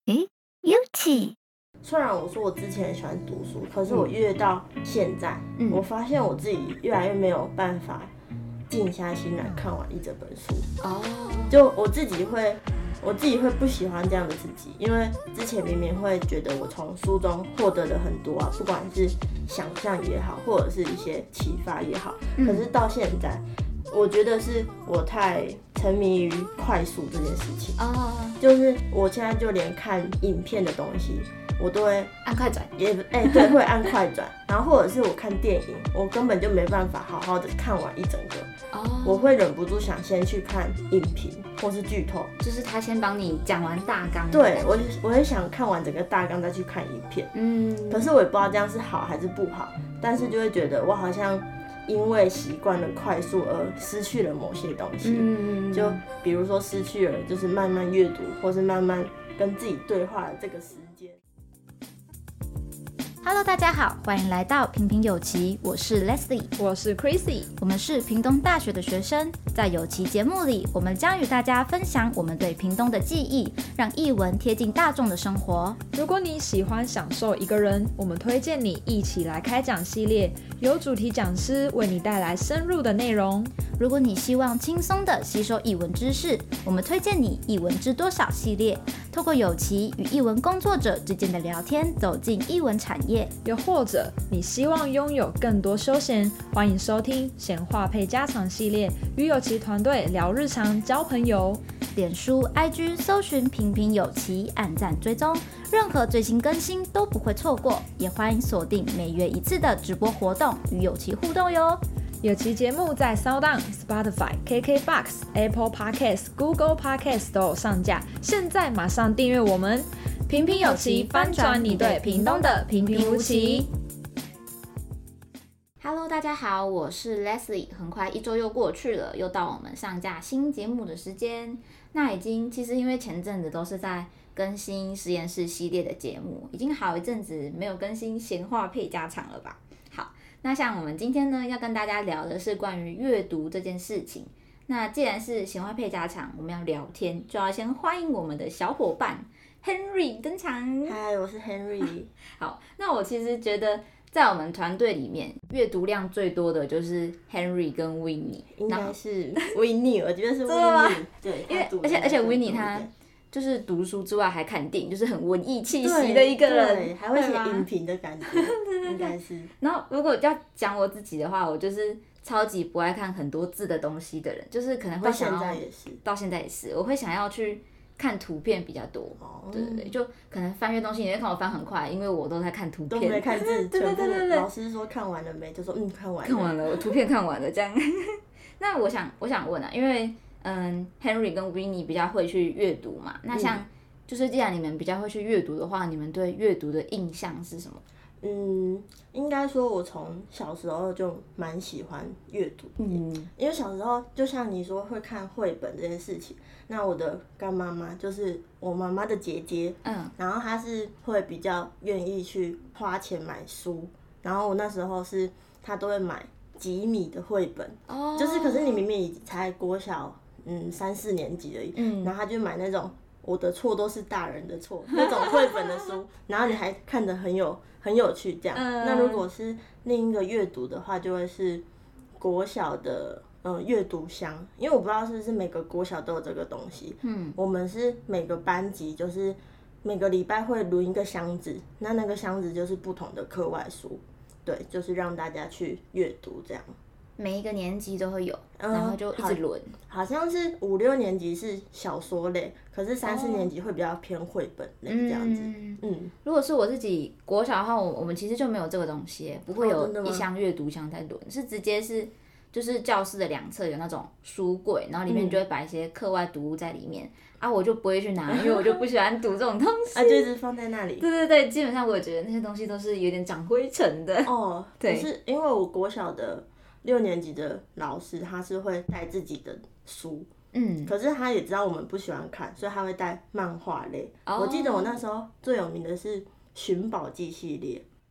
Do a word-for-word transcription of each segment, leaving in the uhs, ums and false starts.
诶，有奇。 虽然我说我之前很喜欢读书，可是我越到现在，嗯、我发现我自己越来越没有办法静下心来看完一整本书。哦，就我自己会，我自己会不喜欢这样的自己，因为之前明明会觉得我从书中获得了很多啊，不管是想象也好，或者是一些启发也好，嗯、可是到现在，我觉得是我太沉迷于快速这件事情。哦，就是我现在就连看影片的东西。我都会按快转， 也哎、欸、对，会按快转，然后或者是我看电影，我根本就没办法好好的看完一整个，哦，我会忍不住想先去看影评或是剧透， 就是他先帮你讲完大纲， 对我我会想看完整个大纲再去看影片，嗯，可是我也不知道这样是好还是不好，但是就会觉得我好像因为习惯了快速而失去了某些东西，嗯，就比如说失去了就是慢慢阅读或是慢慢跟自己对话的这个时间。 Hello， 大家好，欢迎来到平平有奇，我是 Leslie， 我是 Chrissy， 我们是屏东大学的学生，在有奇节目里，我们将与大家分享我们对屏东的记忆，让艺文贴近大众的生活。 如果你喜欢享受一个人，我们推荐你一起来开讲系列，由主题讲师为你带来深入的内容。 如果你希望轻松的吸收艺文知识，我们推荐你艺文知多少系列，透过有奇与艺文工作者之间的聊天，走进艺文产业。 又或者你希望拥有更多休闲，欢迎收听闲话配家常系列，与有奇团队聊日常，交朋友。 脸书 I G 搜寻平平有奇，按赞追踪，任何最新更新都不会错过，也欢迎锁定每月一次的直播活动，与有奇互动哟。 有奇节目在 SoundOn、Spotify、K K B O X、Apple Podcasts、Google Podcasts 都有上架，现在马上订阅我们，平平有奇，翻转你对屏东的平平无奇。 Hello， 大家好，我是 Leslie。很快一周又过去了，又到我们上架新节目的时间。那已经其实因为前阵子都是在更新实验室系列的节目，已经好一阵子没有更新闲话配家常了吧？好，那像我们今天呢，要跟大家聊的是关于阅读这件事情。那既然是闲话配家常，我们要聊天，就要先欢迎我们的小伙伴 Henry 登场。 嗨，我是 Henry。 好，那我其实觉得在我们团队里面，阅读量最多的就是 Henry 跟 Winnie， 应该是 Winnie， 我觉得是 Winnie， 对， 因为而且而且 Winnie 他就是读书之外还看电影，就是很文艺气息的一个人， 对，还会写影评的感觉，应该是。 然后如果要讲我自己的话，我就是超级不爱看很多字的东西的人，就是可能会想要， 到现在也是， 到现在也是，我会想要去看图片比较多，哦、对对对，就可能翻阅东西，你会看我翻很快，因为我都在看图片， 都没看字， 对对对对对， 老师说看完了没，就说嗯看完了， 看完了，我图片看完了这样。那我想我想问啊，因为嗯 Henry 跟 Winnie 比较会去阅读嘛，那像、嗯、就是既然你们比较会去阅读的话，你们对阅读的印象是什么？ 嗯，应该说，我从小时候就蛮喜欢阅读，嗯，因为小时候就像你说会看绘本这件事情，那我的干妈妈就是我妈妈的姐姐，嗯，然后她是会比较愿意去花钱买书，然后我那时候是她都会买几米的绘本，哦，就是可是你明明才国小，嗯，三四年级而已，嗯，然后她就买那种我的错都是大人的错那种绘本的书，然后你还看得很有。很有趣，这样。嗯、那如果是另一个阅读的话，就会是国小的呃阅读箱，因为我不知道是不是每个国小都有这个东西。嗯，我们是每个班级就是每个礼拜会轮一个箱子，那那个箱子就是不同的课外书，对，就是让大家去阅读这样。 每一个年级都会有，然后就一直轮、嗯。 好像是五六年级是小说类，可是三四年级会比较偏绘本类这样子。嗯，嗯如果是我自己国小的话，我们其实就没有这个东西，不会有一箱阅读箱在轮，是直接是就是教室的两侧有那种书柜，然后里面就会摆一些课外读物在里面、嗯、啊，我就不会去拿，因为我就不喜欢读这种东西， 啊，就一直放在那里。 对对对，基本上我也觉得那些东西都是有点长灰尘的。 哦，对，可是因为我国小的。六年级的老师他是会带自己的书，嗯，可是他也知道我们不喜欢看，所以他会带漫画类。哦、我记得我那时候最有名的是《寻宝记》系列。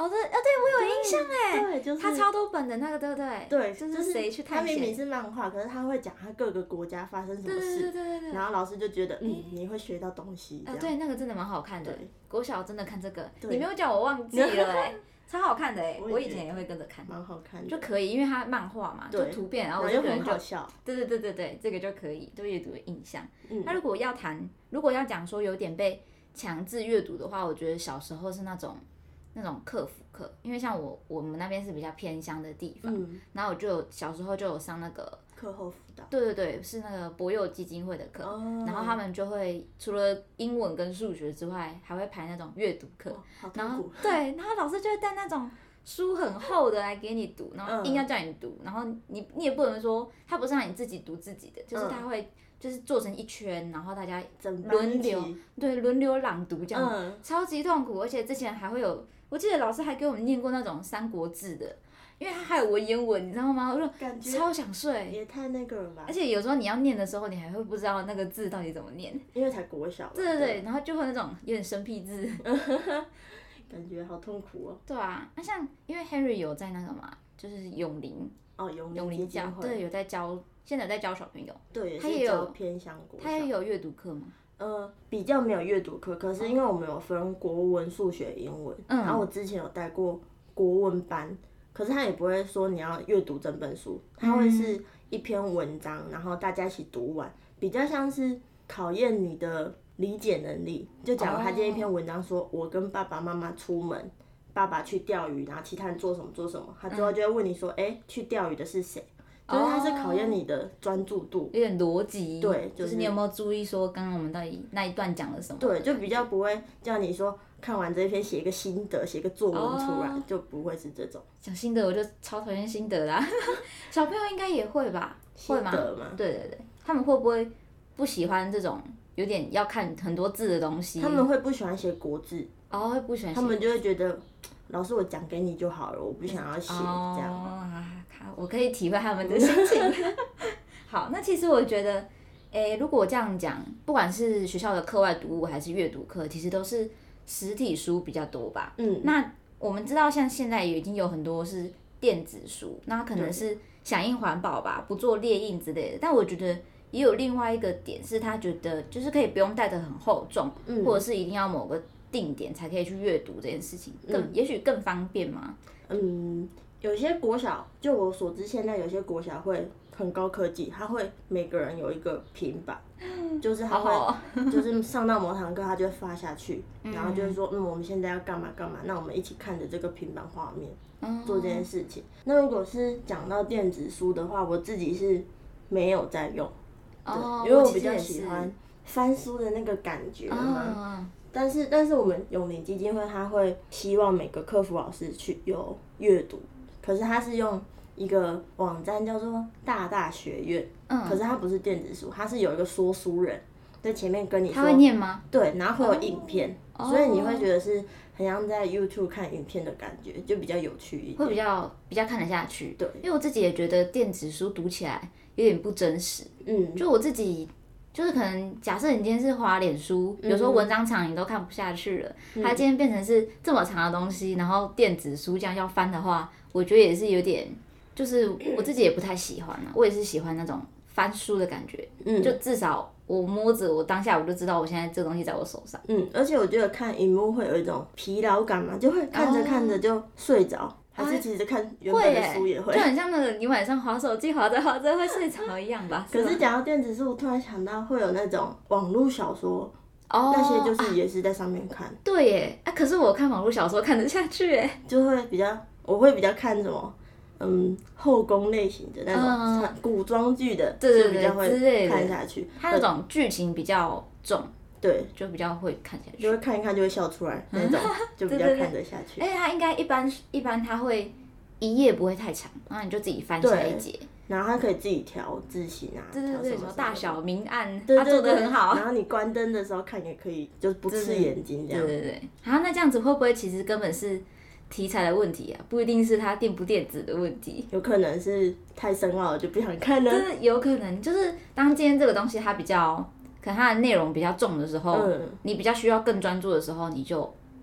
哦对，哦对，我有印象哎， 对，就是他超多本的那个，对不对？ 对， 就是谁去探险？ 他明明是漫画，可是他会讲他各个国家发生什么事， 对对对对对。 然后老师就觉得，嗯，你会学到东西。 呃，对，那个真的蛮好看的。国小真的看这个， 对你没有讲我忘记了哎，超好看的哎，我以前也会跟着看， 蛮好看的， 就可以，因为它漫画嘛，就图片，然后我就很好笑。 对对对对对，这个就可以对阅读的印象。那如果要谈，如果要讲说有点被强制阅读的话，我觉得小时候是那种。那种课辅课，因为像我我们那边是比较偏乡的地方，嗯、然后我就有小时候就有上那个课后辅导， 对对对，是那个博幼基金会的课，哦、然后他们就会除了英文跟数学之外，还会排那种阅读课， 哦、 然后对，然后老师就会带那种书很厚的来给你读，然后硬要叫你读，嗯、然后你你也不能说他不是让你自己读自己的，就是他会。就是做成一圈，然后大家轮流对轮流朗读这样，嗯、超级痛苦。而且之前还会有，我记得老师还给我们念过那种《三国志》的，因为他还有文言文，你知道吗？我就超想睡， 也太那个了吧。 而且有时候你要念的时候，你还会不知道那个字到底怎么念， 因为才国小。 对对对，然后就会那种有点生僻字， 感觉好痛苦哦。 对啊，那像因为 Henry 有在那个嘛，就是永林哦，永林教，对，有在教。现在在教小朋友， 对， 他也有偏乡国， 他也有阅读课吗？ 呃，比较没有阅读课，可是因为我们有分国文、数学、英文，嗯、然后我之前有带过国文班，可是他也不会说你要阅读整本书，他会是一篇文章，然后大家一起读完，比较像是考验你的理解能力。就假如他今天一篇文章说，我跟爸爸妈妈出门，爸爸去钓鱼，然后其他人做什么做什么，他之后就会问你说，哎、嗯，去钓鱼的是谁？就是它是考验你的专注度， 有点逻辑。 对， 就是你有没有注意说刚刚我们到底那一段讲了什么？ 对，就比较不会叫你说看完这一篇写一个心得，写一个作文出来，哦、就不会是这种。 讲心得我就超讨厌心得啦，小朋友应该也会吧？会吗？对对对，他们会不会不喜欢这种有点要看很多字的东西？ 他们会不喜欢写国字， 哦，会不喜欢写。 他们就会觉得。老师，我讲给你就好了，我不想要写、哦、这样。 啊，我可以体会他们的心情。好，那其实我觉得，诶，如果我这样讲，不管是学校的课外读物还是阅读课，其实都是实体书比较多吧。嗯。那我们知道，像现在也已经有很多是电子书，那可能是响应环保吧，不做列印之类的。但我觉得也有另外一个点，是他觉得就是可以不用带得很厚重，嗯、或者是一定要某个。定点才可以去阅读这件事情，更、嗯、也许更方便吗？ 嗯，有些国小，就我所知，现在有些国小会很高科技，他会每个人有一个平板，就是他会，好好就是上到某堂课，他就会发下去，嗯、然后就是说，嗯，我们现在要干嘛干嘛，那我们一起看着这个平板画面、嗯、做这件事情。那如果是讲到电子书的话，我自己是没有在用， 哦、 因为我比较喜欢翻书的那个感觉嘛。哦但是，但是我们永林基金会他会希望每个客服老师去有阅读，可是他是用一个网站叫做大大学院，嗯，可是它不是电子书，它是有一个说书人在前面跟你说， 他会念吗？ 对，然后会有影片，哦、所以你会觉得是很像在 YouTube 看影片的感觉，就比较有趣一点， 会比较比较看得下去。 对， 因为我自己也觉得电子书读起来有点不真实，嗯，就我自己。就是可能假设你今天是滑脸书，有时候文章长你都看不下去了，嗯、它今天变成是这么长的东西，然后电子书这样要翻的话，我觉得也是有点，就是我自己也不太喜欢啦。我也是喜欢那种翻书的感觉，嗯，就至少我摸着我当下我就知道我现在这个东西在我手上。 嗯，而且我觉得看荧幕会有一种疲劳感嘛，就会看着看着就睡着。哦还是其实看原本的书也会， 就很像那个你晚上滑手机滑着滑着会睡着一样吧。 可是讲到电子书，我突然想到会有那种网络小说，哦、那些就是也是在上面看。 啊对耶，啊可是我看网络小说看得下去耶， 就会比较，我会比较看什么，嗯，后宫类型的那种、嗯、古装剧的， 对对对， 就比较会看下去。 它那种剧情比较重。 对， 就比较会看下去， 就会看一看就会笑出来那种，就比较看得下去。 而且它应该一般一般它会一页不会太长，然后你就自己翻下一节， 然后它可以自己调字型啊， 对对对，什么大小明暗， 它做得很好。 然后你关灯的时候看也可以，就不刺眼睛这样。 对对对，好，那这样子会不会其实根本是题材的问题啊？不一定是它电不电子的问题， 有可能是太深奥了就不想看了。 真的有可能，就是当今天这个东西它比较。可能它的内容比较重的时候，嗯、你比较需要更专注的时候，你就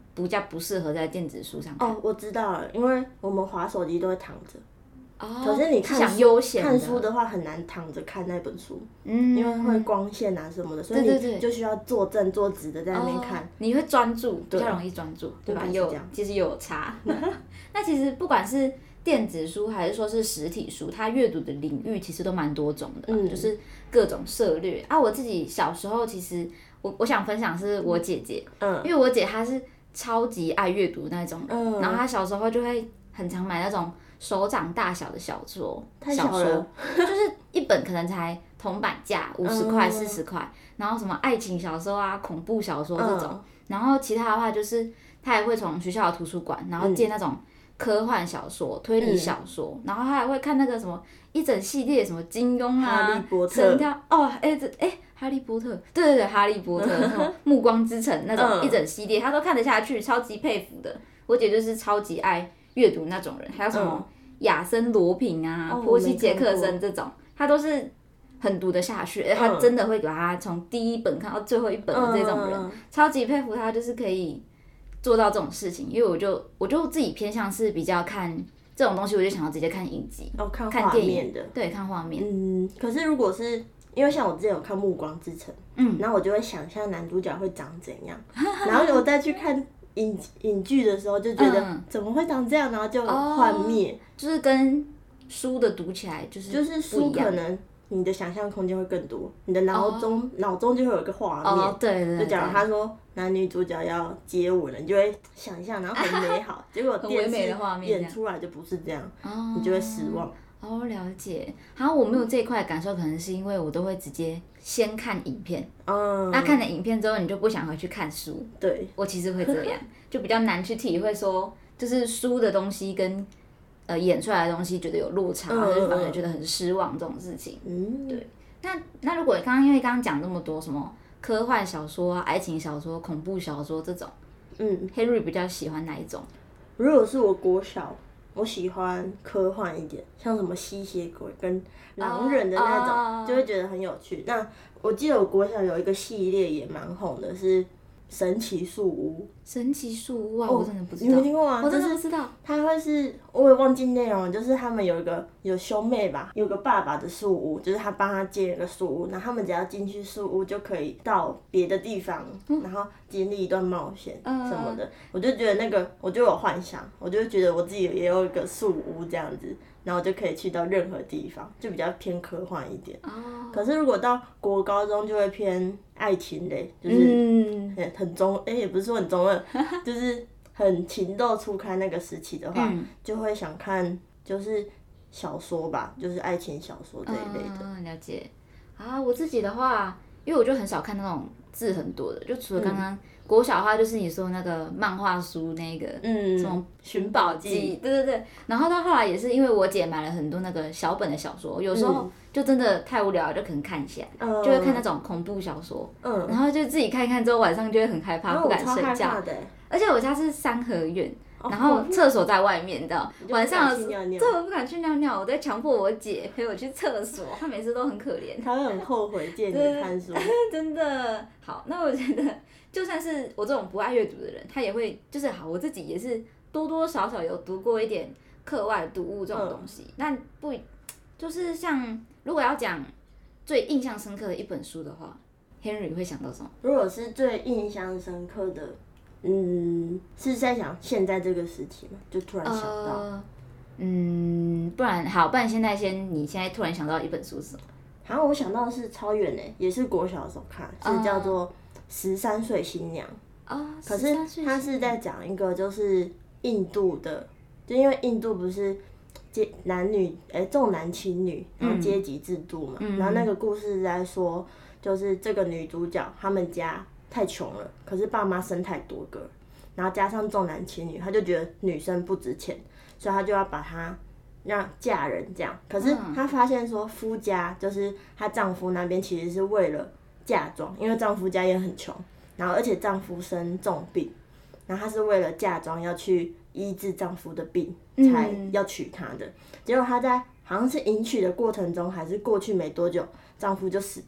比较不适合在电子书上看？ 哦，我知道了，因为我们滑手机都会躺着。 哦， 可是你看想悠闲看书的话，很难躺着看那本书， 嗯， 因为会光线啊什么的，所以你就需要坐正坐直的在那边看， 哦、你会专注，比较容易专注，对吧？有其实有差。那其实不管是电子书还是说是实体书，它阅读的领域其实都蛮多种的，嗯、就是各种涉略啊。我自己小时候其实我我想分享是我姐姐，嗯，因为我姐她是超级爱阅读那种，嗯，然后她小时候就会很常买那种手掌大小的小说， 太小了， 小说就是一本可能才铜板价五十块、四十块，然后什么爱情小说啊、恐怖小说这种，嗯、然后其他的话就是她还会从学校的图书馆，然后借那种科幻小说、嗯、推理小说，嗯、然后她还会看那个什么一整系列什么金庸啊、 哈利波特、 神雕哦，哎这哎哈利波特，对对对，哈利波特什么暮光之城那种一整系列，她都看得下去，超级佩服的。我姐就是超级爱阅读那种人，还有什么亚森罗平啊、 哦、 波西杰克森这种，他都是很读得下去，嗯、他真的会把他从第一本看到最后一本的这种人，嗯、超级佩服他，就是可以做到这种事情。因为我就我就自己偏向是比较看这种东西，我就想要直接看影集， 哦，看看电影的，对，看画面。 嗯，可是如果是因为像我之前有看《暮光之城》，嗯，然后我就会想象男主角会长怎样，然后我再去看。影影剧的时候就觉得怎么会长这样，然后就幻灭， 哦，就是跟书的读起来就是就是书可能你的想象空间会更多，你的脑中脑、哦、中就会有一个画面， 哦，对对对， 就假如他说男女主角要接吻了，你就会想象，然后很美好，结果电视演出来就不是这样， 哦， 你就会失望。 哦，了解。好，我没有这一块感受，可能是因为我都会直接先看影片，嗯，那看了影片之后，你就不想回去看书。 对， 我其实会这样，就比较难去体会说，就是书的东西跟呃演出来的东西觉得有落差，或者反而觉得很失望这种事情。嗯，对。那那如果刚刚因为刚刚讲那么多什么科幻小说啊、爱情小说、恐怖小说这种，嗯 ，Henry 比较喜欢哪一种？ 如果是我国小。我喜欢科幻一点，像什么吸血鬼跟狼人的那种， oh, oh. 就会觉得很有趣。那我记得我国小有一个系列也蛮红的，是神奇树屋。 神奇树屋哇，我真的不知道。 你没听过吗？ 我真的不知道。 它会是，我也忘记内容，就是他们有一个有兄妹吧，有个爸爸的树屋，就是他帮他建了个树屋，然后他们只要进去树屋就可以到别的地方，嗯、然后经历一段冒险什么的。嗯、我就觉得那个，我就有幻想，我就觉得我自己也有一个树屋这样子。然后就可以去到任何地方，就比较偏科幻一点。哦。可是如果到国高中就会偏爱情类，就是很很中，哎、欸，也不是说很中二，就是很情窦初开那个时期的话，嗯、就会想看就是小说吧，就是爱情小说这一类的。 嗯，了解。啊，我自己的话，因为我就很少看那种字很多的，就除了刚刚。嗯国小的话就是你说那个漫画书那个，嗯，什么寻宝记，对对对。然后到后来也是因为我姐买了很多那个小本的小说，有时候就真的太无聊了，就可能看一下，嗯、就会看那种恐怖小说，嗯，然后就自己看一看之后晚上就会很害怕，不敢睡觉。而且我家是三合院，然后厕所在外面，你知道，晚上的时候，对，我不敢去尿尿，我在强迫我姐陪我去厕所，她每次都很可怜， 她会很后悔见你看书， 真的。好，那我觉得。就算是我这种不爱阅读的人，他也会就是好，我自己也是多多少少有读过一点课外读物这种东西。嗯、但不就是像如果要讲最印象深刻的一本书的话 ，Henry 会想到什么？ 如果是最印象深刻的，嗯，是在想现在这个时期嘛，就突然想到。呃、 嗯，不然好，不然现在先，你现在突然想到一本书是什么？ 好，我想到的是超远诶，也是国小的时候看，是叫做。十三岁新娘，哦，可是他是在讲一个就是印度的，就因为印度不是阶男女哎、欸、重男轻女，然后阶级制度嘛，嗯、然后那个故事是在说，就是这个女主角他们家太穷了，可是爸妈生太多个，然后加上重男轻女，他就觉得女生不值钱，所以他就要把她让嫁人这样。可是他发现说夫家就是她丈夫那边其实是为了。嫁妆，因为丈夫家也很穷，然后而且丈夫生重病，然后她是为了嫁妆要去医治丈夫的病，才要娶她的。嗯、结果她在好像是迎娶的过程中，还是过去没多久，丈夫就死掉了。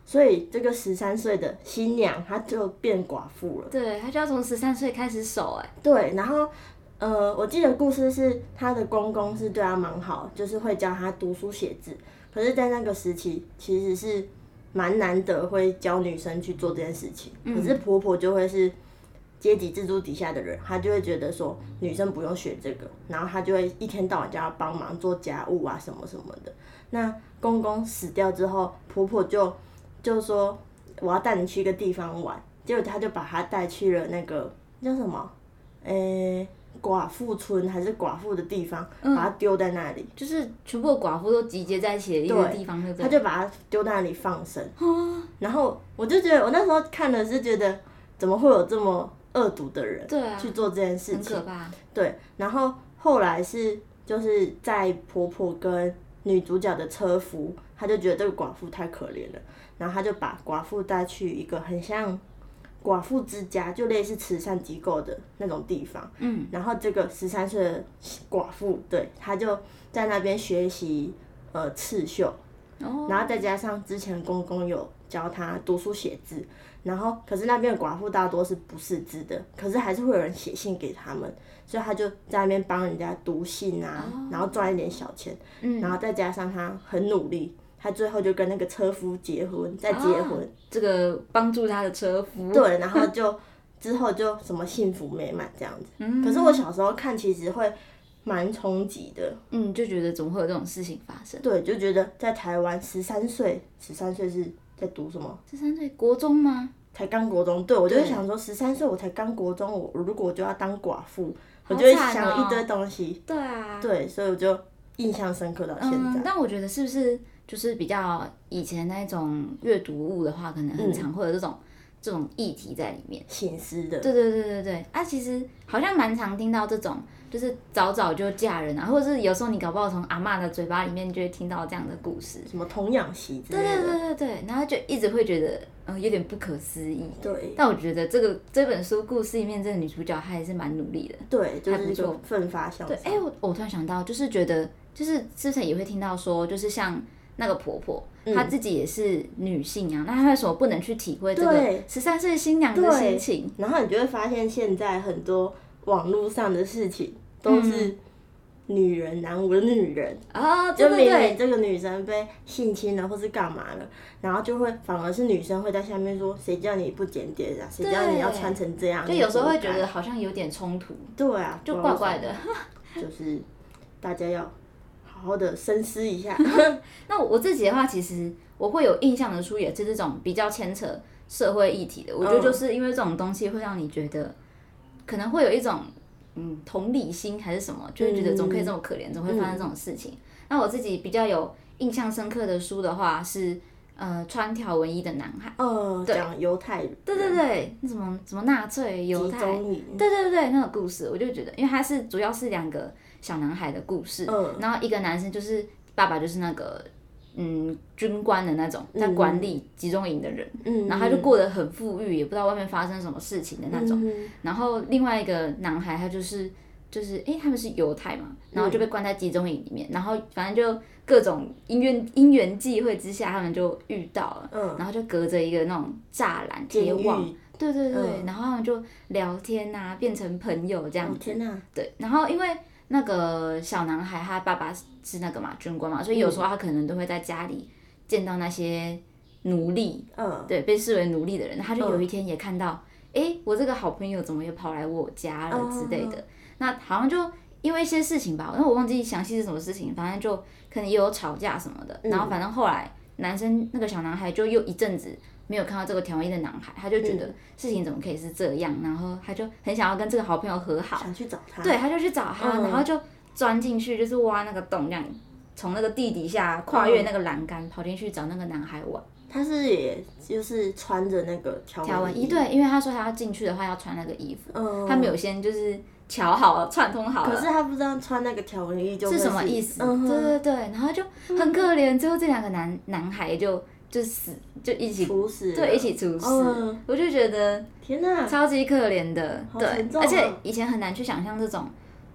所以这个十三岁的新娘她就变寡妇了。 对，她就要从十三岁开始守，哎。 对，然后呃，我记得故事是她的公公是对她蛮好，就是会教她读书写字。可是，在那个时期，其实是蛮难得会教女生去做这件事情。嗯、可是婆婆就会是阶级制度底下的人，她就会觉得说女生不用学这个，然后她就会一天到晚叫她帮忙做家务啊什么什么的。那公公死掉之后，婆婆就就说我要带你去一个地方玩，结果她就把她带去了那个叫什么，诶、寡妇村还是寡妇的地方，嗯、把她丢在那里， 就是全部的寡妇都集结在一起的一个地方，对不对？ 她就把她丢在那里放生。哦、然后我就觉得，我那时候看了是觉得，怎么会有这么恶毒的人， 对啊， 去做这件事情， 很可怕。 对，然后后来是就是在婆婆跟女主角的车夫，他就觉得这个寡妇太可怜了，然后他就把寡妇带去一个很像寡妇之家，就类似慈善机构的那种地方。嗯，然后这个十三岁的寡妇，对，她就在那边学习呃刺绣，哦，然后再加上之前公公有教她读书写字，然后可是那边的寡妇大多是不识字的，可是还是会有人写信给他们。所以他就在那边帮人家读信啊，哦、然后赚一点小钱，嗯、然后再加上他很努力，他最后就跟那个车夫结婚，再结婚，啊、 这个帮助他的车夫， 对，然后就之后就什么幸福美满这样子。嗯、可是我小时候看，其实会蛮冲击的， 嗯，就觉得怎么会有这种事情发生？ 对，就觉得在台湾十三岁，十三岁是在读什么？ 十三岁国中吗？ 才刚国中，对，我就会想说，十三岁我才刚国中，我如果我就要当寡妇。我就会想一堆东西， 对啊， 对，所以我就印象深刻到现在。 嗯，但我觉得是不是就是比较以前那种阅读物的话，可能很常会有这种、嗯、这种议题在里面， 醒思的。 对对对对对，啊，其实好像蛮常听到这种，就是早早就嫁人啊，或者是有时候你搞不好从阿嬷的嘴巴里面就会听到这样的故事， 什么童养媳之类的。 对对对对对，然后就一直会觉得。嗯，有点不可思议。 对， 但我觉得这个这本书故事里面这个女主角她还是蛮努力的。 对，就是一个奋发向上。 对，哎、欸，我我突然想到，就是觉得，就是之前也会听到说，就是像那个婆婆，嗯、她自己也是女性啊，那她为什么不能去体会这个十三岁新娘的心情？ 然后你就会发现，现在很多网络上的事情都是、嗯。女人难为女人啊， 就明明这个女生被性侵了或是干嘛了，然后就会反而是女生会在下面说，谁叫你不检点啊，谁叫你要穿成这样， 就有时候会觉得好像有点冲突。 对啊， 就怪怪的。 就是大家要好好的深思一下。 那我自己的话，其实我会有印象的书也是这种比较牵扯社会议题的，我觉得就是因为这种东西会让你觉得可能会有一种。嗯，同理心还是什么，就会觉得怎么可以这么可怜，怎么会发生这种事情？嗯、那我自己比较有印象深刻的书的话是，呃，穿条纹衣的男孩。 哦，讲犹太人。 对对对，那什么什么纳粹犹太，对对对，那个故事，我就觉得，因为它是主要是两个小男孩的故事，嗯、然后一个男生就是爸爸就是那个。嗯，军官的那种在管理集中营的人，嗯、然后他就过得很富裕，也不知道外面发生什么事情的那种。嗯、然后另外一个男孩，他就是就是哎，他们是犹太嘛，然后就被关在集中营里面，然后反正就各种因缘因缘际会之下，他们就遇到了，嗯、然后就隔着一个那种栅栏铁网，对对对，嗯、然后他们就聊天啊，变成朋友这样子。哦、 天哪！ 对，然后因为。那个小男孩他爸爸是那个嘛军官嘛，所以有时候他可能都会在家里见到那些奴隶，嗯，对，被视为奴隶的人，他就有一天也看到，哎、嗯，我这个好朋友怎么也跑来我家了之类的，嗯、那好像就因为一些事情吧，那我忘记详细是什么事情，反正就可能也有吵架什么的，嗯、然后反正后来男生那个小男孩就又一阵子。没有看到这个条纹衣的男孩，他就觉得事情怎么可以是这样，嗯、然后他就很想要跟这个好朋友和好， 想去找他， 对，他就去找他，嗯、然后就钻进去，就是挖那个洞，这样从那个地底下跨越那个栏杆，嗯、跑进去找那个男孩玩。 他是也就是穿着那个条纹衣， 对，因为他说他要进去的话要穿那个衣服，嗯、他们有先就是瞧好了，串通好了。 可是他不知道穿那个条纹衣就是什么意思，嗯、对对对，然后就很可怜，最后这两个男男孩就。就死就一起处死， 对，一起处死。嗯、我就觉得天哪， 超级可怜的，对， 啊、 而且以前很难去想象这种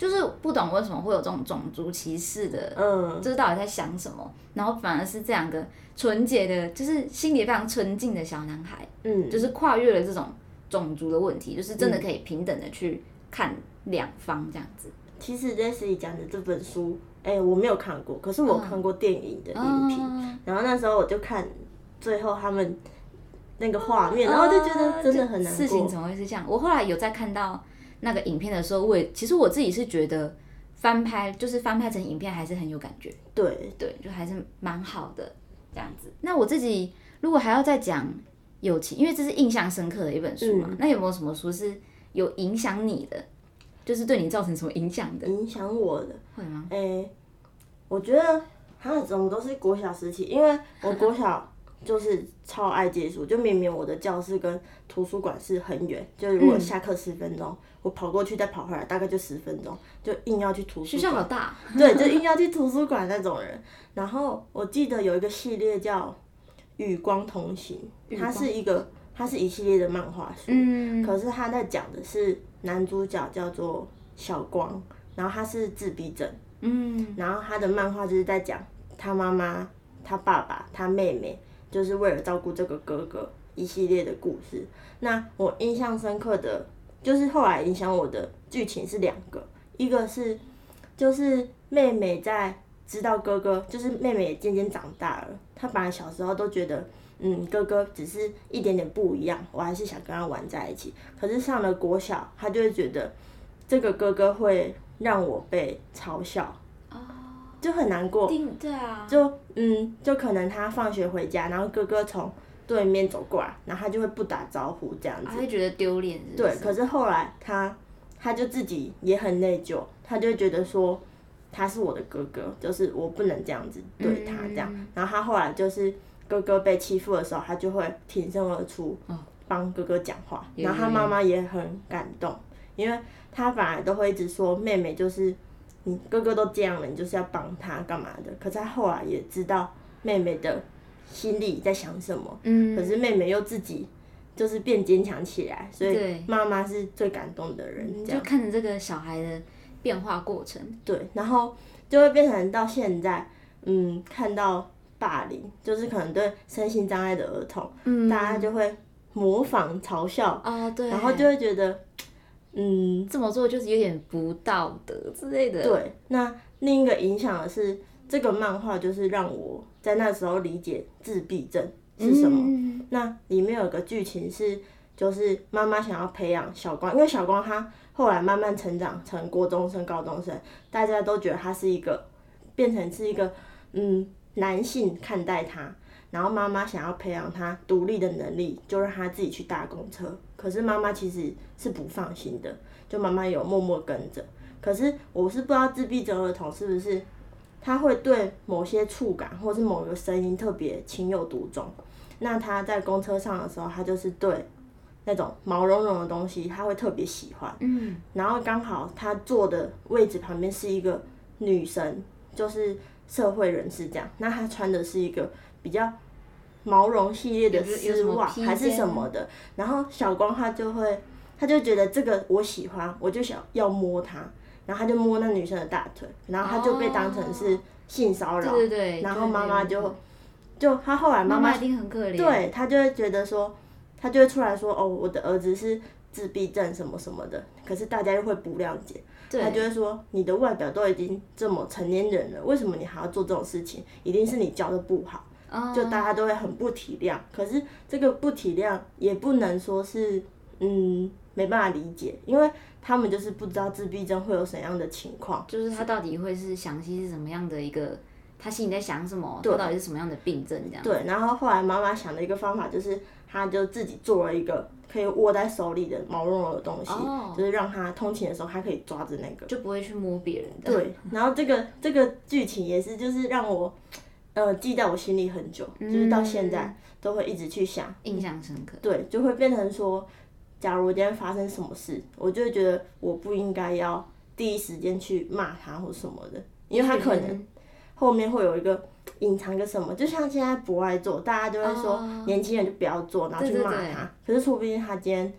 就是不懂为什么会有这种种族歧视的， 嗯， 就是到底在想什么，然后反而是这两个纯洁的，就是心里非常纯净的小男孩， 嗯， 就是跨越了这种种族的问题，就是真的可以平等的去看两方这样子。 其实 Leslie 讲的这本书，哎、欸，我没有看过，可是我看过电影的影评，嗯、然后那时候我就看最后他们那个画面，然后就觉得真的很难过。 事情怎么会是这样？我后来有在看到那个影片的时候，我也其实我自己是觉得翻拍就是翻拍成影片还是很有感觉。 对对，就还是蛮好的这样子。那我自己如果还要再讲友情，因为这是印象深刻的一本书嘛，嗯、那有没有什么书是有影响你的？就是对你造成什么影响的？ 影响我的会吗？ 哎、欸，我觉得好像怎么都是国小时期，因为我国小就是超爱借书，就明明我的教室跟图书馆是很远，就是如果下课十分钟、嗯，我跑过去再跑回来，大概就十分钟，就硬要去图书馆。 学校好大。 对，就硬要去图书馆那种人。然后我记得有一个系列叫《与光同行》，它是一个，它是一系列的漫画书，嗯，可是它在讲的是。男主角叫做小光，然后他是自闭症，嗯，然后他的漫画就是在讲他妈妈、他爸爸、他妹妹，就是为了照顾这个哥哥一系列的故事。那我印象深刻的，就是后来影响我的剧情是两个，一个是就是妹妹在知道哥哥，就是妹妹也渐渐长大了，她本来小时候都觉得。嗯，哥哥只是一点点不一样，我还是想跟他玩在一起。可是上了国小，他就会觉得这个哥哥会让我被嘲笑，哦，就很难过。 对啊。 就嗯，就可能他放学回家，然后哥哥从对面走过来，然后他就会不打招呼这样子， 他会觉得丢脸。 对，可是后来他他就自己也很内疚，他就会觉得说他是我的哥哥，就是我不能这样子对他这样。嗯、然后他后来就是。哥哥被欺负的时候，他就会挺身而出，帮哥哥讲话。哦、然后他妈妈也很感动，因为他本来都会一直说妹妹就是你哥哥都这样了，你就是要帮他干嘛的。可是他后来也知道妹妹的心里在想什么，嗯，可是妹妹又自己就是变坚强起来，所以妈妈是最感动的人。这样就看着这个小孩的变化过程， 对，然后就会变成到现在，嗯，看到。霸凌就是可能对身心障碍的儿童，嗯、大家就会模仿嘲笑， 哦对， 然后就会觉得，嗯， 这么做就是有点不道德之类的。 对，那另一个影响的是这个漫画，就是让我在那时候理解自闭症是什么。嗯、那里面有个剧情是，就是妈妈想要培养小光，因为小光他后来慢慢成长成国中生、高中生，大家都觉得他是一个变成是一个嗯。男性看待他，然后妈妈想要培养他独立的能力，就让他自己去搭公车。可是妈妈其实是不放心的，就妈妈有默默跟着。可是我是不知道自闭症儿童是不是他会对某些触感或是某个声音特别情有独钟。那他在公车上的时候，他就是对那种毛茸茸的东西，他会特别喜欢。嗯，然后刚好他坐的位置旁边是一个女生，就是。社会人士这样，那他穿的是一个比较毛绒系列的丝袜还是什么的，然后小光他就会，他就觉得这个我喜欢，我就想要摸他，然后他就摸那女生的大腿，然后他就被当成是性骚扰， 对对对， 然后妈妈就，就他后来妈妈一定很可怜， 对他就会觉得说，他就会出来说哦，我的儿子是自闭症什么什么的，可是大家又会不谅解。他就会说，你的外表都已经这么成年人了，为什么你还要做这种事情？一定是你教的不好， oh. 就大家都会很不体谅。可是这个不体谅也不能说是嗯没办法理解，因为他们就是不知道自闭症会有怎样的情况， 就是他到底会是详细是什么样的一个，他心里在想什么，他到底是什么样的病症这样。 对，然后后来妈妈想的一个方法就是，他就自己做了一个。可以握在手里的毛茸茸的东西， oh. 就是让他通勤的时候，他可以抓着那个， 就不会去摸别人的。 对，然后这个这个剧情也是，就是让我呃记在我心里很久，嗯、就是到现在都会一直去想， 印象深刻。 对，就会变成说，假如今天发生什么事，我就会觉得我不应该要第一时间去骂他或什么的，因为他可能后面会有一个。隐藏个什么，就像现在不爱做，大家就会说、oh. 年轻人就不要做，然后去骂他。对对对，可是说不定他今天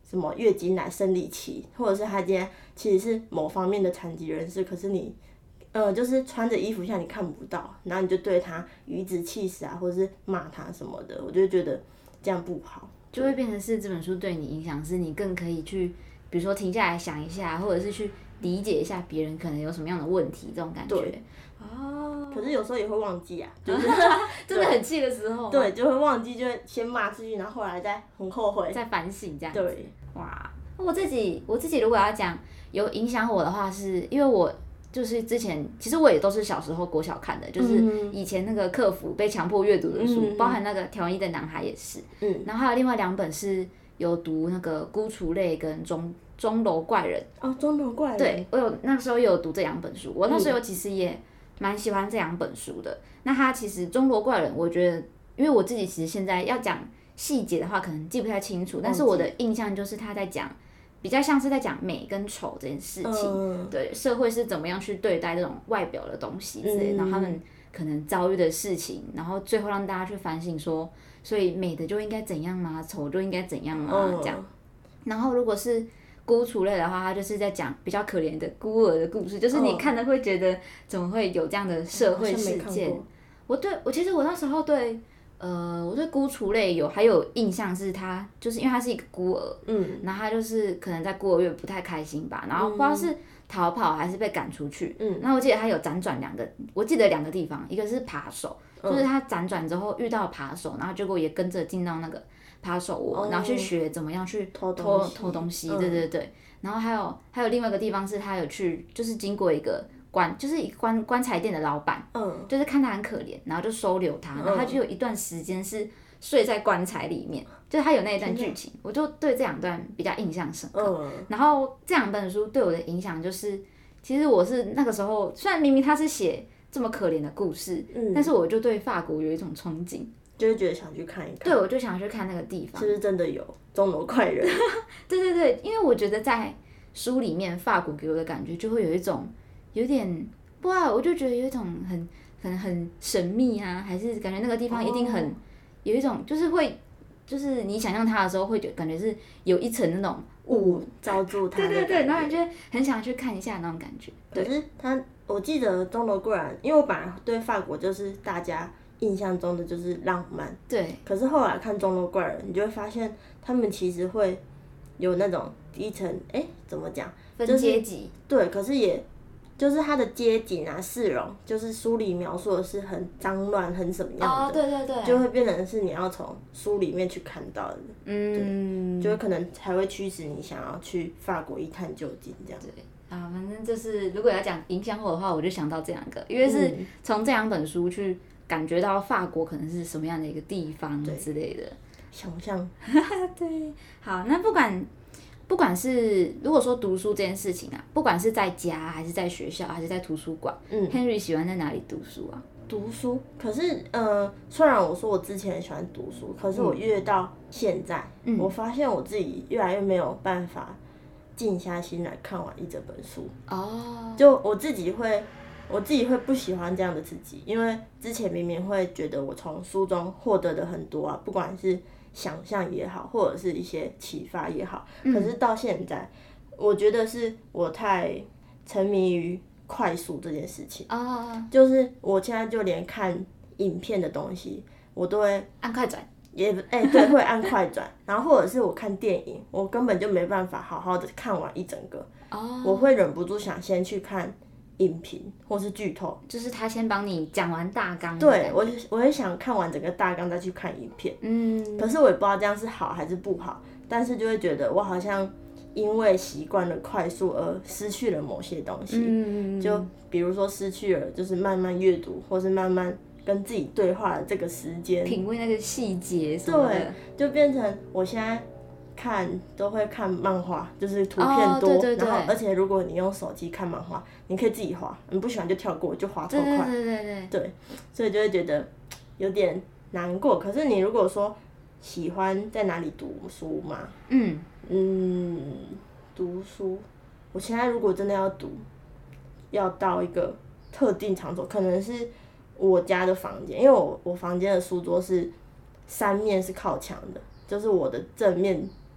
什么月经来、生理期，或者是他今天其实是某方面的残疾人士，可是你，呃，就是穿着衣服下你看不到，然后你就对他颐指气使啊，或者是骂他什么的，我就觉得这样不好， 就会变成是这本书对你影响，是你更可以去，比如说停下来想一下，或者是去理解一下别人可能有什么样的问题，这种感觉。 对。 哦。 可是有时候也会忘记啊，就是真的很气的时候。 对，就会忘记，就会先骂出去，然后后来再很后悔， 再反省这样子。 对。 哇，我自己我自己如果要讲有影响我的话是，因为我就是之前其实我也都是小时候国小看的，就是以前那个客服被强迫阅读的书，嗯、包含那个《条一的男孩》也是，嗯，然后还有另外两本是有读那个《孤雏类》跟钟钟楼怪人。 哦，钟楼怪人。 对，我有那时候也有读这两本书，我那时候其实也蛮喜欢这两本书的。那他其实钟楼怪人，我觉得因为我自己其实现在要讲细节的话，可能记不太清楚，但是我的印象就是他在讲。比较像是在讲美跟丑这件事情，嗯、对社会是怎么样去对待这种外表的东西之类的，嗯、然后他们可能遭遇的事情，然后最后让大家去反省说，所以美的就应该怎样吗？丑就应该怎样吗？嗯、这样。然后如果是孤雏类的话，它就是在讲比较可怜的孤儿的故事，就是你看了会觉得怎么会有这样的社会事件？嗯、我对我其实我那时候对。呃，我对孤雏类有还有印象是他，就是因为他是一个孤儿，嗯，然后他就是可能在孤儿院不太开心吧，然后不知道是逃跑还是被赶出去，嗯，然后我记得他有辗转两个，我记得两个地方，一个是扒手，嗯、就是他辗转之后遇到扒手，然后结果也跟着进到那个扒手窝，哦、然后去学怎么样去偷偷偷东西，嗯、对对对，然后还有还有另外一个地方是他有去，就是经过一个。棺就是一棺棺材店的老板，嗯，就是看他很可怜，然后就收留他，然后他就有一段时间是睡在棺材里面，就是他有那一段剧情，我就对这两段比较印象深刻。嗯、然后这两本书对我的影响就是，其实我是那个时候，虽然明明他是写这么可怜的故事，嗯，但是我就对法国有一种憧憬， 就会觉得想去看一看。 对，我就想去看那个地方， 是不是真的有钟楼怪人？ 对对对，因为我觉得在书里面，法国给我的感觉就会有一种。有点不知道，我就觉得有一种很很很神秘啊，还是感觉那个地方一定很、oh. 有一种，就是会，就是你想象它的时候，会觉感觉是有一层那种雾罩住它。 对对对，然后你就很想去看一下那种感觉。 可是它，我记得钟楼怪人，因为我本来对法国就是大家印象中的就是浪漫， 对。 可是后来看钟楼怪人，你就会发现他们其实会有那种低层，哎、欸，怎么讲？ 分阶级。 就是、对，可是也。就是它的街景啊，市容，就是书里描述的是很脏乱、很什么样的， 哦，对对对， 就会变成是你要从书里面去看到的，嗯，就会可能才会驱使你想要去法国一探究竟这样。 对啊，反正就是如果要讲影响我的话，我就想到这两个，因为是从这两本书去感觉到法国可能是什么样的一个地方之类的， 想象。 对，好，那不管。不管是如果说读书这件事情啊，不管是在家还是在学校还是在图书馆，嗯 ，Henry 喜欢在哪里读书啊？ 读书，可是呃，虽然我说我之前很喜欢读书，可是我越到现在，嗯、我发现我自己越来越没有办法静下心来看完一整本书。哦，就我自己会，我自己会不喜欢这样的自己，因为之前明明会觉得我从书中获得的很多啊，不管是。想象也好，或者是一些启发也好，嗯、可是到现在，我觉得是我太沉迷于快速这件事情。哦，就是我现在就连看影片的东西，我都会按快转， 也哎、欸、对，会按快转。然后或者是我看电影，我根本就没办法好好的看完一整个。哦，我会忍不住想先去看。影评或是剧透， 就是他先帮你讲完大纲。 对，我我会想看完整个大纲再去看影片。嗯，可是我也不知道这样是好还是不好，但是就会觉得我好像因为习惯了快速而失去了某些东西。嗯，就比如说失去了就是慢慢阅读，或是慢慢跟自己对话的这个时间， 品味那个细节什么的。 对，就变成我现在。看都会看漫画，就是图片多，哦、对对对，然后而且如果你用手机看漫画，你可以自己滑，你不喜欢就跳过，就滑超快， 对对对对， 对，所以就会觉得有点难过。可是你如果说喜欢在哪里读书嘛，嗯嗯，读书，我现在如果真的要读，要到一个特定场所，可能是我家的房间，因为我我房间的书桌是三面是靠墙的，就是我的正面。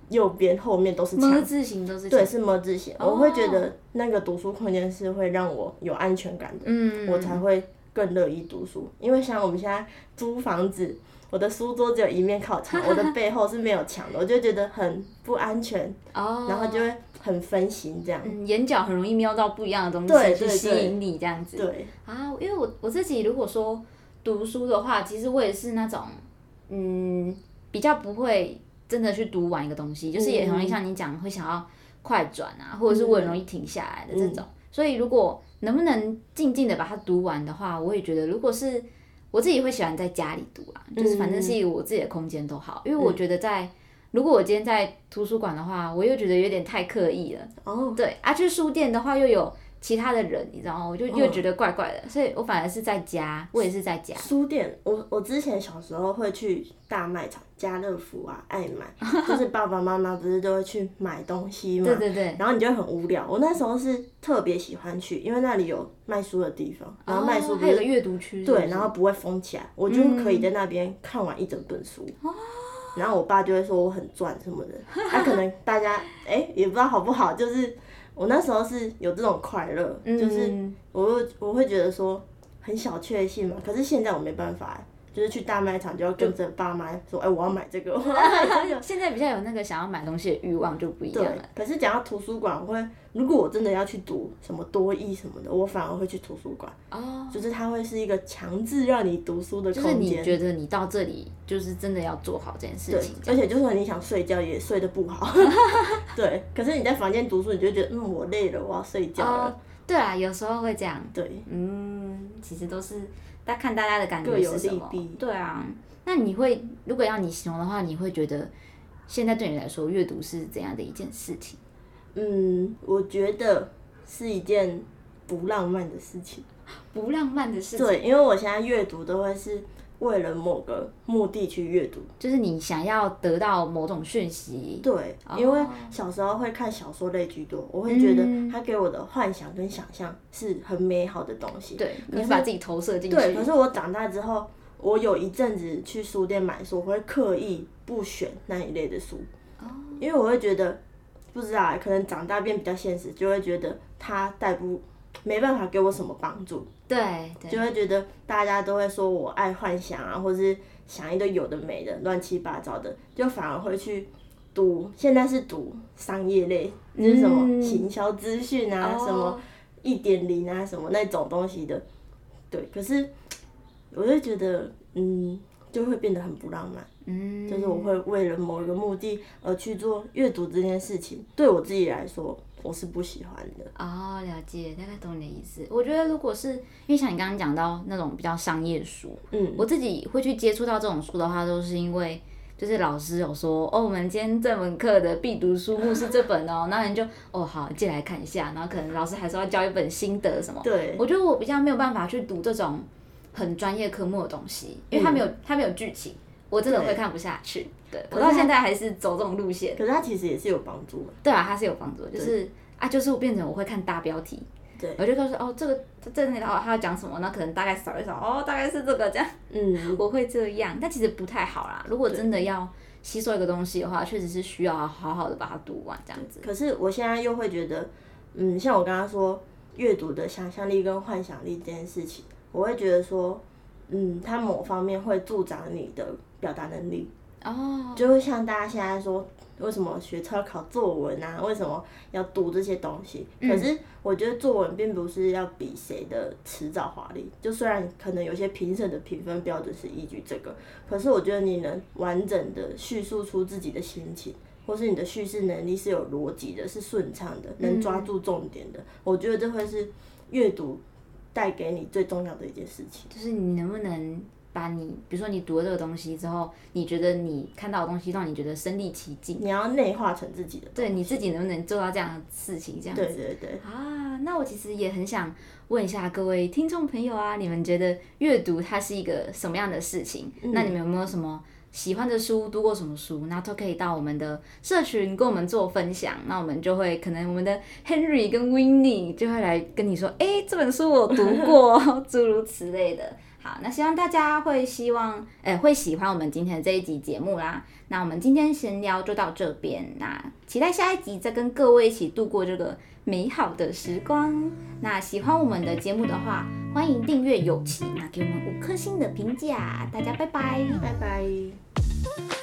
右边后面都是墙， 么字形都是墙， 对，是么字形。 哦、 我会觉得那个读书空间是会让我有安全感的， 嗯， 我才会更乐意读书。因为像我们现在租房子，我的书桌只有一面靠墙，我的背后是没有墙的，我就觉得很不安全，哦、然后就会很分心这样， 嗯，眼角很容易瞄到不一样的东西去吸引你这样子。 对啊，因为我我自己如果说读书的话，其实我也是那种，嗯，比较不会真的去读完一个东西，就是也很容易像你讲，会想要快转啊，或者是我很容易停下来的这种。嗯、所以如果能不能静静的把它读完的话，我也觉得，如果是我自己会喜欢在家里读啊，就是反正是一个我自己的空间都好，因为我觉得在。如果我今天在图书馆的话，我又觉得有点太刻意了。哦。Oh. 对啊，去书店的话又有其他的人，你知道吗？我就又觉得怪怪的， oh. 所以我反而是在家，我也是在家。 书店，我我之前小时候会去大卖场，家乐福啊、爱买，就是爸爸妈妈不是都会去买东西嘛？ 对对对。 然后你就会很无聊。我那时候是特别喜欢去，因为那里有卖书的地方，然后卖书不是、 哦、还有个阅读区。 对，然后不会封起来，我就可以在那边看完一整本书。哦。然后我爸就会说我很赚什么的，他、啊、可能大家哎、欸、也不知道好不好，就是我那时候是有这种快乐，嗯、就是我我会觉得说很小确幸嘛，可是现在我没办法，就是去大卖场就要跟着爸妈说，哎、欸，我要买这个，我要买这个。 现在比较有那个想要买东西的欲望就不一样了。 对，可是讲到图书馆，我会如果我真的要去读什么多益什么的，我反而会去图书馆。哦。就是它会是一个强制让你读书的空间。 就是你觉得你到这里就是真的要做好这件事情。 对，而且就算你想睡觉也睡得不好。对，可是你在房间读书，你就觉得嗯我累了，我要睡觉了。哦、 对啊，有时候会这样。 对。 嗯，其实都是。大看大家的感觉是什么？ 各有利弊。 对啊，那你会如果要你形容的话，你会觉得现在对你来说阅读是怎样的一件事情？ 嗯，我觉得是一件不浪漫的事情。 不浪漫的事情。 对，因为我现在阅读都会是为了某个目的去阅读， 就是你想要得到某种讯息。 对，哦、因为小时候会看小说类居多，我会觉得它给我的幻想跟想象是很美好的东西。 对，你把自己投射进去。 对，可是我长大之后，我有一阵子去书店买书，我会刻意不选那一类的书，哦、因为我会觉得不知道，可能长大变比较现实，就会觉得它带不。没办法给我什么帮助， 对， 就会觉得大家都会说我爱幻想啊，或是想一堆有的没的乱七八糟的，就反而会去读。现在是读商业类，就是什么行销资讯啊，嗯、什么一点零啊，什么那种东西的。对，可是我就觉得，嗯，就会变得很不浪漫。嗯，就是我会为了某一个目的而去做阅读这件事情，对我自己来说。我是不喜欢的哦，了解，大概懂你的意思。我觉得如果是因为像你刚刚讲到那种比较商业书，嗯，我自己会去接触到这种书的话，都是因为就是老师有说，哦，我们今天这门课的必读书目是这本哦，然后你就哦好借来看一下，然后可能老师还说要教一本心得什么， 对， 我觉得我比较没有办法去读这种很专业科目的东西，因为它没有、嗯、它没有剧情。我真的会看不下去，对，我到现在还是走这种路线。 可是它其实也是有帮助的。 对啊，它是有帮助的，就是啊，就是变成我会看大标题，对，我就告诉哦，这个这那套他要讲什么，那可能大概扫一扫，哦，大概是这个这样，嗯，我会这样，但其实不太好啦。如果真的要吸收一个东西的话，确实是需要好好的把它读完这样子。 可是我现在又会觉得，嗯，像我刚刚说阅读的想象力跟幻想力这件事情，我会觉得说，嗯，它某方面会助长你的表达能力。哦，就会像大家现在说，为什么学测考作文啊？为什么要读这些东西？嗯、可是我觉得作文并不是要比谁的辞藻华丽。就虽然可能有些评审的评分标准是依据这个，可是我觉得你能完整的叙述出自己的心情，或是你的叙事能力是有逻辑的，是顺畅的，能抓住重点的。嗯、我觉得这会是阅读带给你最重要的一件事情。 就是你能不能把你，比如说你读了这个东西之后，你觉得你看到的东西让你觉得身临其境， 你要内化成自己的东西。 对，你自己能不能做到这样的事情？这样子。 对对对。 啊，那我其实也很想问一下各位听众朋友啊，你们觉得阅读它是一个什么样的事情？嗯、那你们有没有什么喜欢的书，读过什么书，那都可以到我们的社群跟我们做分享。那我们就会可能我们的 Henry 跟 Winnie 就会来跟你说，哎，这本书我读过，诸如此类的。 好，那希望大家会希望，呃，会喜欢我们今天的这一集节目啦。那我们今天闲聊就到这边，那期待下一集再跟各位一起度过这个美好的时光。那喜欢我们的节目的话，欢迎订阅有奇，那给我们五颗星的评价。大家拜拜， 拜拜。